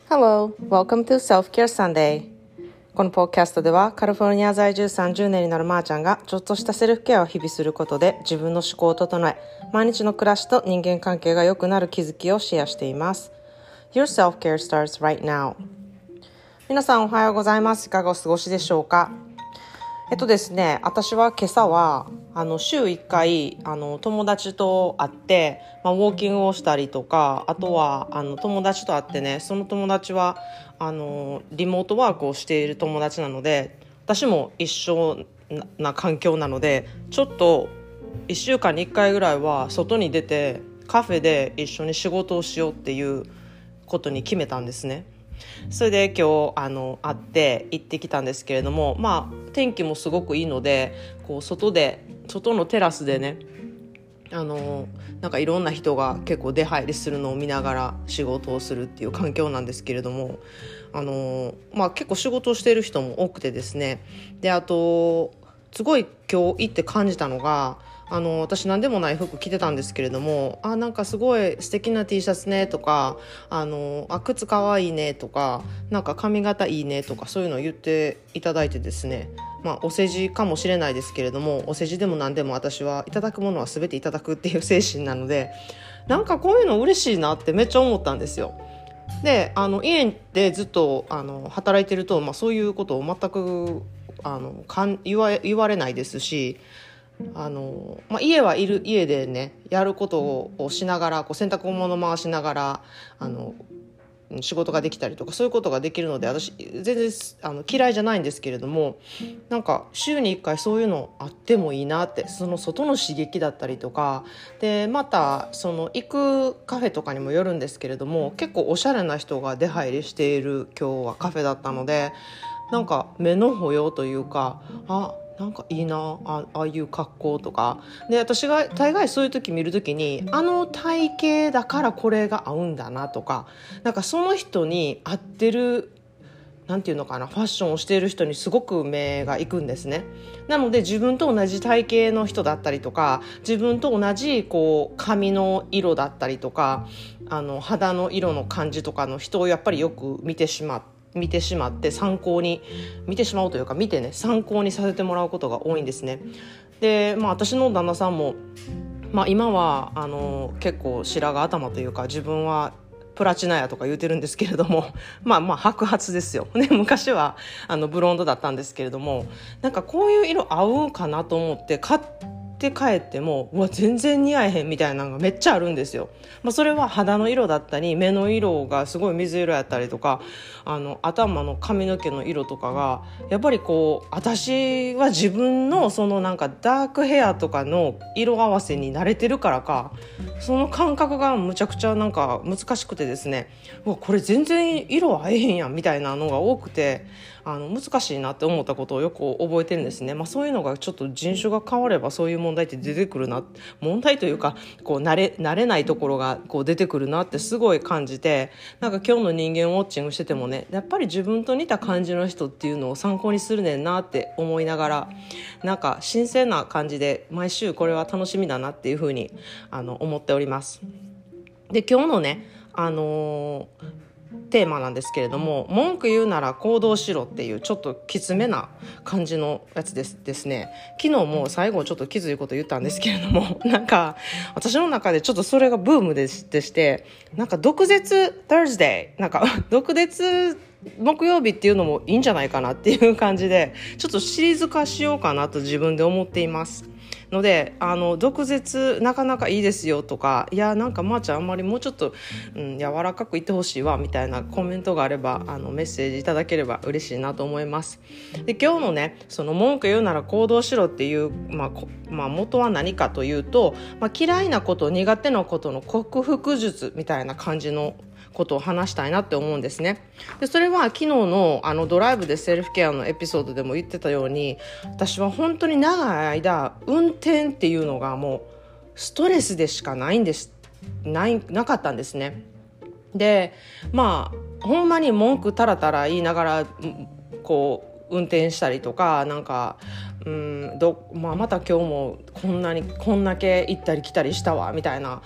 Hello, welcome to Self-Care Sunday. このポッドキャストではカリフォルニア在住30年になるまーちゃんがちょっとしたセルフケアを日々することで自分の思考を整え、毎日の暮らしと人間関係が良くなる気づきをシェアしています。Your self-care starts right now. 皆さんおはようございます。いかがお過ごしでしょうか。ですね、私は今朝は週1回友達と会って、ウォーキングをしたりとか、あとは友達と会ってね、その友達はリモートワークをしている友達なので、私も一緒な環境なので、ちょっと1週間に1回ぐらいは外に出てカフェで一緒に仕事をしようっていうことに決めたんですね。それで今日会って行ってきたんですけれども、天気もすごくいいので、こう外のテラスでね、なんかいろんな人が結構出入りするのを見ながら仕事をするっていう環境なんですけれども、結構仕事をしている人も多くてですね。で、あとすごい今日行って感じたのが、私何でもない服着てたんですけれども、なんかすごい素敵な T シャツねとか、靴かわいいねとか、なんか髪型いいねとか、そういうのを言っていただいてですね、お世辞かもしれないですけれども、お世辞でも何でも私はいただくものは全ていただくっていう精神なので、なんかこういうの嬉しいなってめっちゃ思ったんですよ。で、家でずっと働いてると、そういうことを全く言われないですし、家はいる家でね、やることをしながら、洗濯物回しながら仕事ができたりとか、そういうことができるので、私全然嫌いじゃないんですけれども、なんか週に1回そういうのあってもいいなって、その外の刺激だったりとかで、また行くカフェとかにもよるんですけれども、結構おしゃれな人が出入りしている今日はカフェだったので、なんか目の保養というか、なんかいいな、ああいう格好とかで、私が大概そういう時見る時に、体型だからこれが合うんだなとか、なんかその人に合ってる、なんていうのかな、ファッションをしている人にすごく目がいくんですね。なので自分と同じ体型の人だったりとか、自分と同じ髪の色だったりとか、肌の色の感じとかの人をやっぱりよく見てしまって参考に見てしまうというか、見てね、参考にさせてもらうことが多いんですね。で、私の旦那さんも、今は結構白髪頭というか、自分はプラチナやとか言うてるんですけれども、白髪ですよ、ね、昔はブロンドだったんですけれども、なんかこういう色合うかなと思って買って帰っても、全然似合えへんみたいなのがめっちゃあるんですよ。それは肌の色だったり、目の色がすごい水色やったりとか、頭の髪の毛の色とかが、やっぱり私は自分のなんかダークヘアとかの色合わせに慣れてるからか、その感覚がむちゃくちゃなんか難しくてですね、これ全然色合えへんやんみたいなのが多くて、難しいなって思ったことをよく覚えてるんですね。そういうのがちょっと人種が変われば、そういう問題って出てくるな、問題というか慣れないところが出てくるなってすごい感じて、なんか今日の人間ウォッチングしててもね、やっぱり自分と似た感じの人っていうのを参考にするねんなって思いながら、なんか新鮮な感じで毎週これは楽しみだなっていうふうに思っております。で、今日のね、テーマなんですけれども、文句言うなら行動しろっていう、ちょっときつめな感じのやつですね。昨日も最後ちょっときついこと言ったんですけれども、なんか私の中でちょっとそれがブームでして、なんか毒舌 Thursday、 なんか毒舌木曜日っていうのもいいんじゃないかなっていう感じで、ちょっとシリーズ化しようかなと自分で思っていますので、毒舌なかなかいいですよとか、いやなんかまーちゃんあんまりもうちょっと、柔らかく言ってほしいわみたいなコメントがあればメッセージいただければ嬉しいなと思います。で、今日のね、文句言うなら行動しろっていう、元は何かというと、嫌いなこと苦手なことの克服術みたいな感じのことを話したいなって思うんですね。で、それは昨日のドライブでセルフケアのエピソードでも言ってたように、私は本当に長い間運転っていうのがもうストレスでしかないなかったんですね。で、ほんまに文句たらたら言いながら運転したりとか、なんかまた今日もこんだけ行ったり来たりしたわみたいな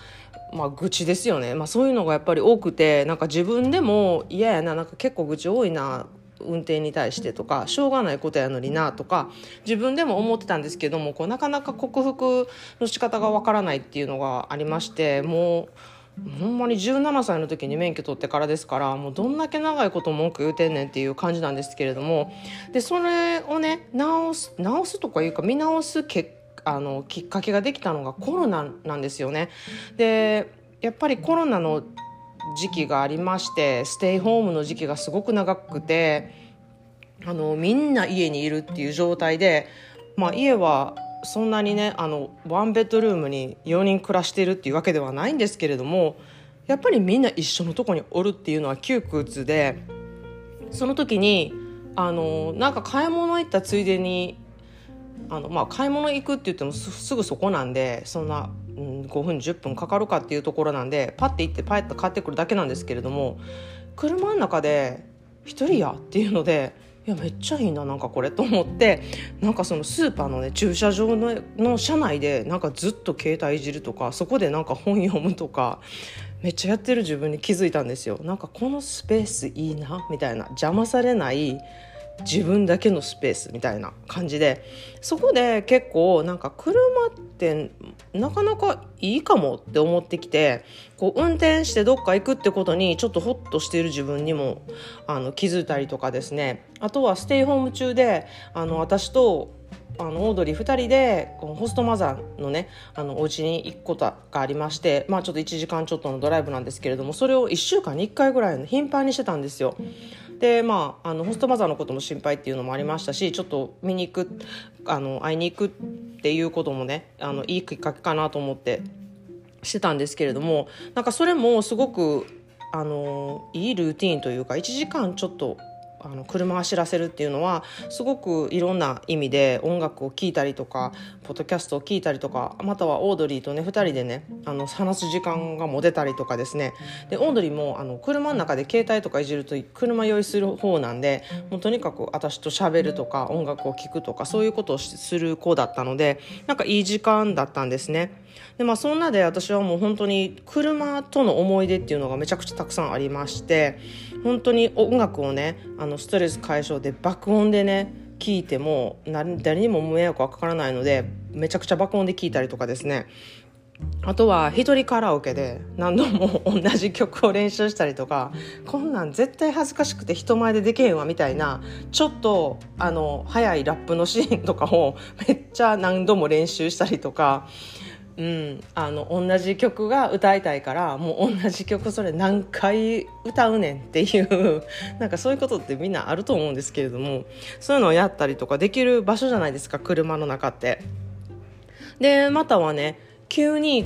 愚痴ですよね、そういうのがやっぱり多くて、なんか自分でも嫌やな、なんか結構愚痴多いな運転に対してとか、しょうがないことやのになとか自分でも思ってたんですけども、なかなか克服の仕方がわからないっていうのがありまして、もうほんまに17歳の時に免許取ってからですから、もうどんだけ長いこと文句言うてんねんっていう感じなんですけれども、でそれをね直すとかいうか見直すきっかけができたのがコロナなんですよね。でやっぱりコロナの時期がありまして、ステイホームの時期がすごく長くて、みんな家にいるっていう状態で、家はそんなにねワンベッドルームに4人暮らしてるっていうわけではないんですけれども、やっぱりみんな一緒のとこにおるっていうのは窮屈で、その時になんか買い物行ったついでに買い物行くって言ってもすぐそこなんで、そんな、5分10分かかるかっていうところなんで、パッて行ってパッと買ってくるだけなんですけれども、車の中で一人やっていうので、いやめっちゃいいな、なんかこれと思って、なんかそのスーパーのね駐車場の車内でなんかずっと携帯いじるとか、そこでなんか本読むとかめっちゃやってる自分に気づいたんですよ。なんかこのスペースいいなみたいな、邪魔されない自分だけのスペースみたいな感じで、そこで結構なんか車ってなかなかいいかもって思ってきて、運転してどっか行くってことにちょっとホッとしている自分にも気づいたりとかですね。あとはステイホーム中で私とオードリー2人でこのホストマザーのねお家に行くことがありまして、ちょっと1時間ちょっとのドライブなんですけれども、それを1週間に1回ぐらい頻繁にしてたんですよ。でホストマザーのことも心配っていうのもありましたし、ちょっと見に行く会いに行くっていうこともねいいきっかけかなと思ってしてたんですけれども、なんかそれもすごくいいルーティーンというか、1時間ちょっと車走らせるっていうのはすごくいろんな意味で音楽を聴いたりとかポッドキャストを聴いたりとか、またはオードリーとね2人でね話す時間が持てたりとかですね。でオードリーも車の中で携帯とかいじると車酔いする方なんで、もうとにかく私と喋るとか音楽を聴くとかそういうことをする子だったので、なんかいい時間だったんですね。でそんなで私はもう本当に車との思い出っていうのがめちゃくちゃたくさんありまして、本当に音楽をねストレス解消で爆音でね聴いても誰にも迷惑はかからないので、めちゃくちゃ爆音で聴いたりとかですね。あとは一人カラオケで何度も同じ曲を練習したりとか、こんなん絶対恥ずかしくて人前でできへんわみたいな、ちょっと速いラップのシーンとかをめっちゃ何度も練習したりとか、同じ曲が歌いたいからもう同じ曲それ何回歌うねんっていうなんかそういうことってみんなあると思うんですけれども、そういうのをやったりとかできる場所じゃないですか、車の中って。でまたはね急に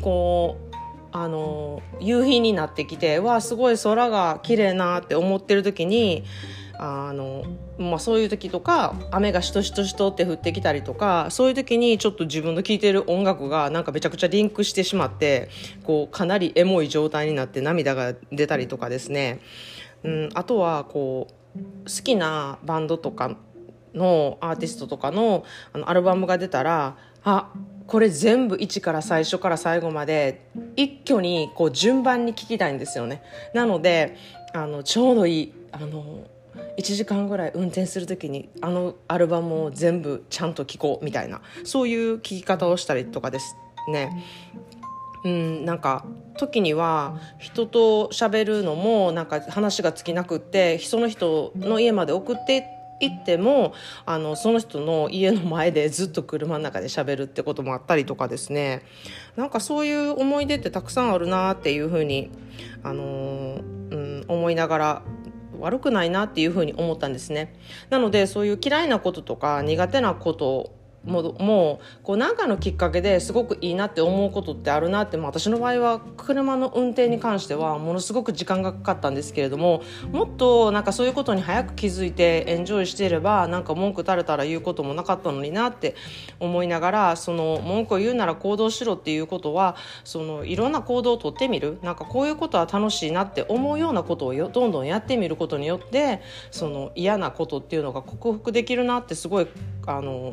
夕日になってきて、すごい空が綺麗なって思ってる時にそういう時とか雨がしとしとしとって降ってきたりとか、そういう時にちょっと自分の聴いてる音楽がなんかめちゃくちゃリンクしてしまってかなりエモい状態になって涙が出たりとかですね。あとは好きなバンドとかのアーティストとかのアルバムが出たら、これ全部一から最初から最後まで一挙に順番に聴きたいんですよね。なのでちょうどいい1時間ぐらい運転するときにアルバムを全部ちゃんと聴こうみたいな、そういう聴き方をしたりとかですね。なんか時には人と喋るのもなんか話が尽きなくって、その人の家まで送って行ってもその人の家の前でずっと車の中で喋るってこともあったりとかですね。なんかそういう思い出ってたくさんあるなっていうふうに、思いながら悪くないなっていうふうに思ったんですね。なのでそういう嫌いなこととか苦手なことも何かのきっかけですごくいいなって思うことってあるなって、私の場合は車の運転に関してはものすごく時間がかかったんですけれども、もっとなんかそういうことに早く気づいてエンジョイしていればなんか文句たれたら言うこともなかったのになって思いながら、その文句を言うなら行動しろっていうことは、いろんな行動をとってみる、なんかこういうことは楽しいなって思うようなことをどんどんやってみることによって、その嫌なことっていうのが克服できるなってすごい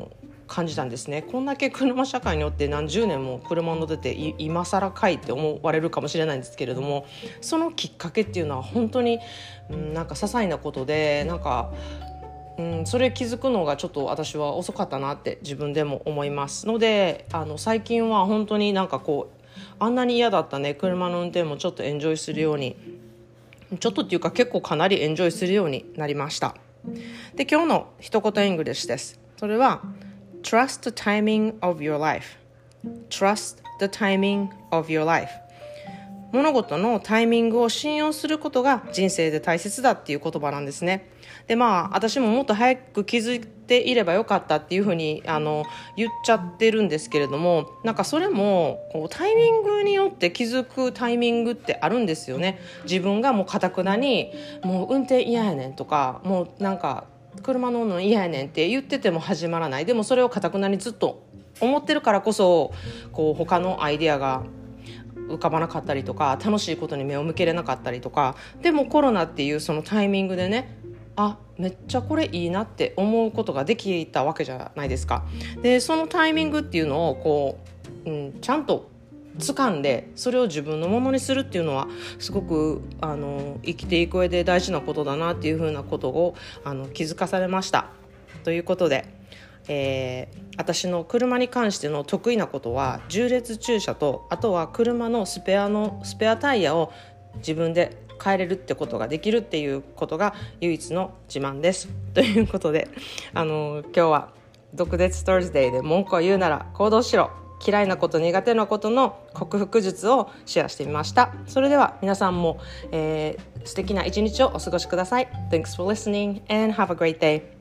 感じたんですね。こんだけ車社会によって何十年も車乗ってて今更かいって思われるかもしれないんですけれども、そのきっかけっていうのは本当に、なんか些細なことで、なんかそれ気づくのがちょっと私は遅かったなって自分でも思いますので、最近は本当になんかこうあんなに嫌だったね車の運転もちょっとエンジョイするように、ちょっとっていうか結構かなりエンジョイするようになりました。で、今日の一言イングリッシュです。それは Trust the timing of your life. Trust the timing of your life. 物事のタイミングを信用することが人生で大切だっていう言葉なんですね。で、私ももっと早く気づいていればよかったっていうふうに言っちゃってるんですけれども、なんかそれもこうタイミングによって気づくタイミングってあるんですよね。自分がもう堅くなにもう運転嫌やねんとか、もうなんか車乗るの嫌やねんって言ってても始まらない。でもそれを堅くなにずっと思ってるからこそ、こう他のアイデアが浮かばなかったりとか、楽しいことに目を向けれなかったりとか、でもコロナっていうそのタイミングでね、めっちゃこれいいなって思うことができたわけじゃないですか。で、そのタイミングっていうのをこう、ちゃんと掴んでそれを自分のものにするっていうのはすごく生きていく上で大事なことだなっていうふうなことを気づかされました。ということで、私の車に関しての得意なことは縦列駐車と、あとは車のスペアタイヤを自分で変えれるってことができるっていうことが唯一の自慢です。ということで今日は毒舌 Thursday で文句を言うなら行動しろ、嫌いなこと苦手なことの克服術をシェアしてみました。それでは皆さんも、素敵な一日をお過ごしください。Thanks for listening and have a great day.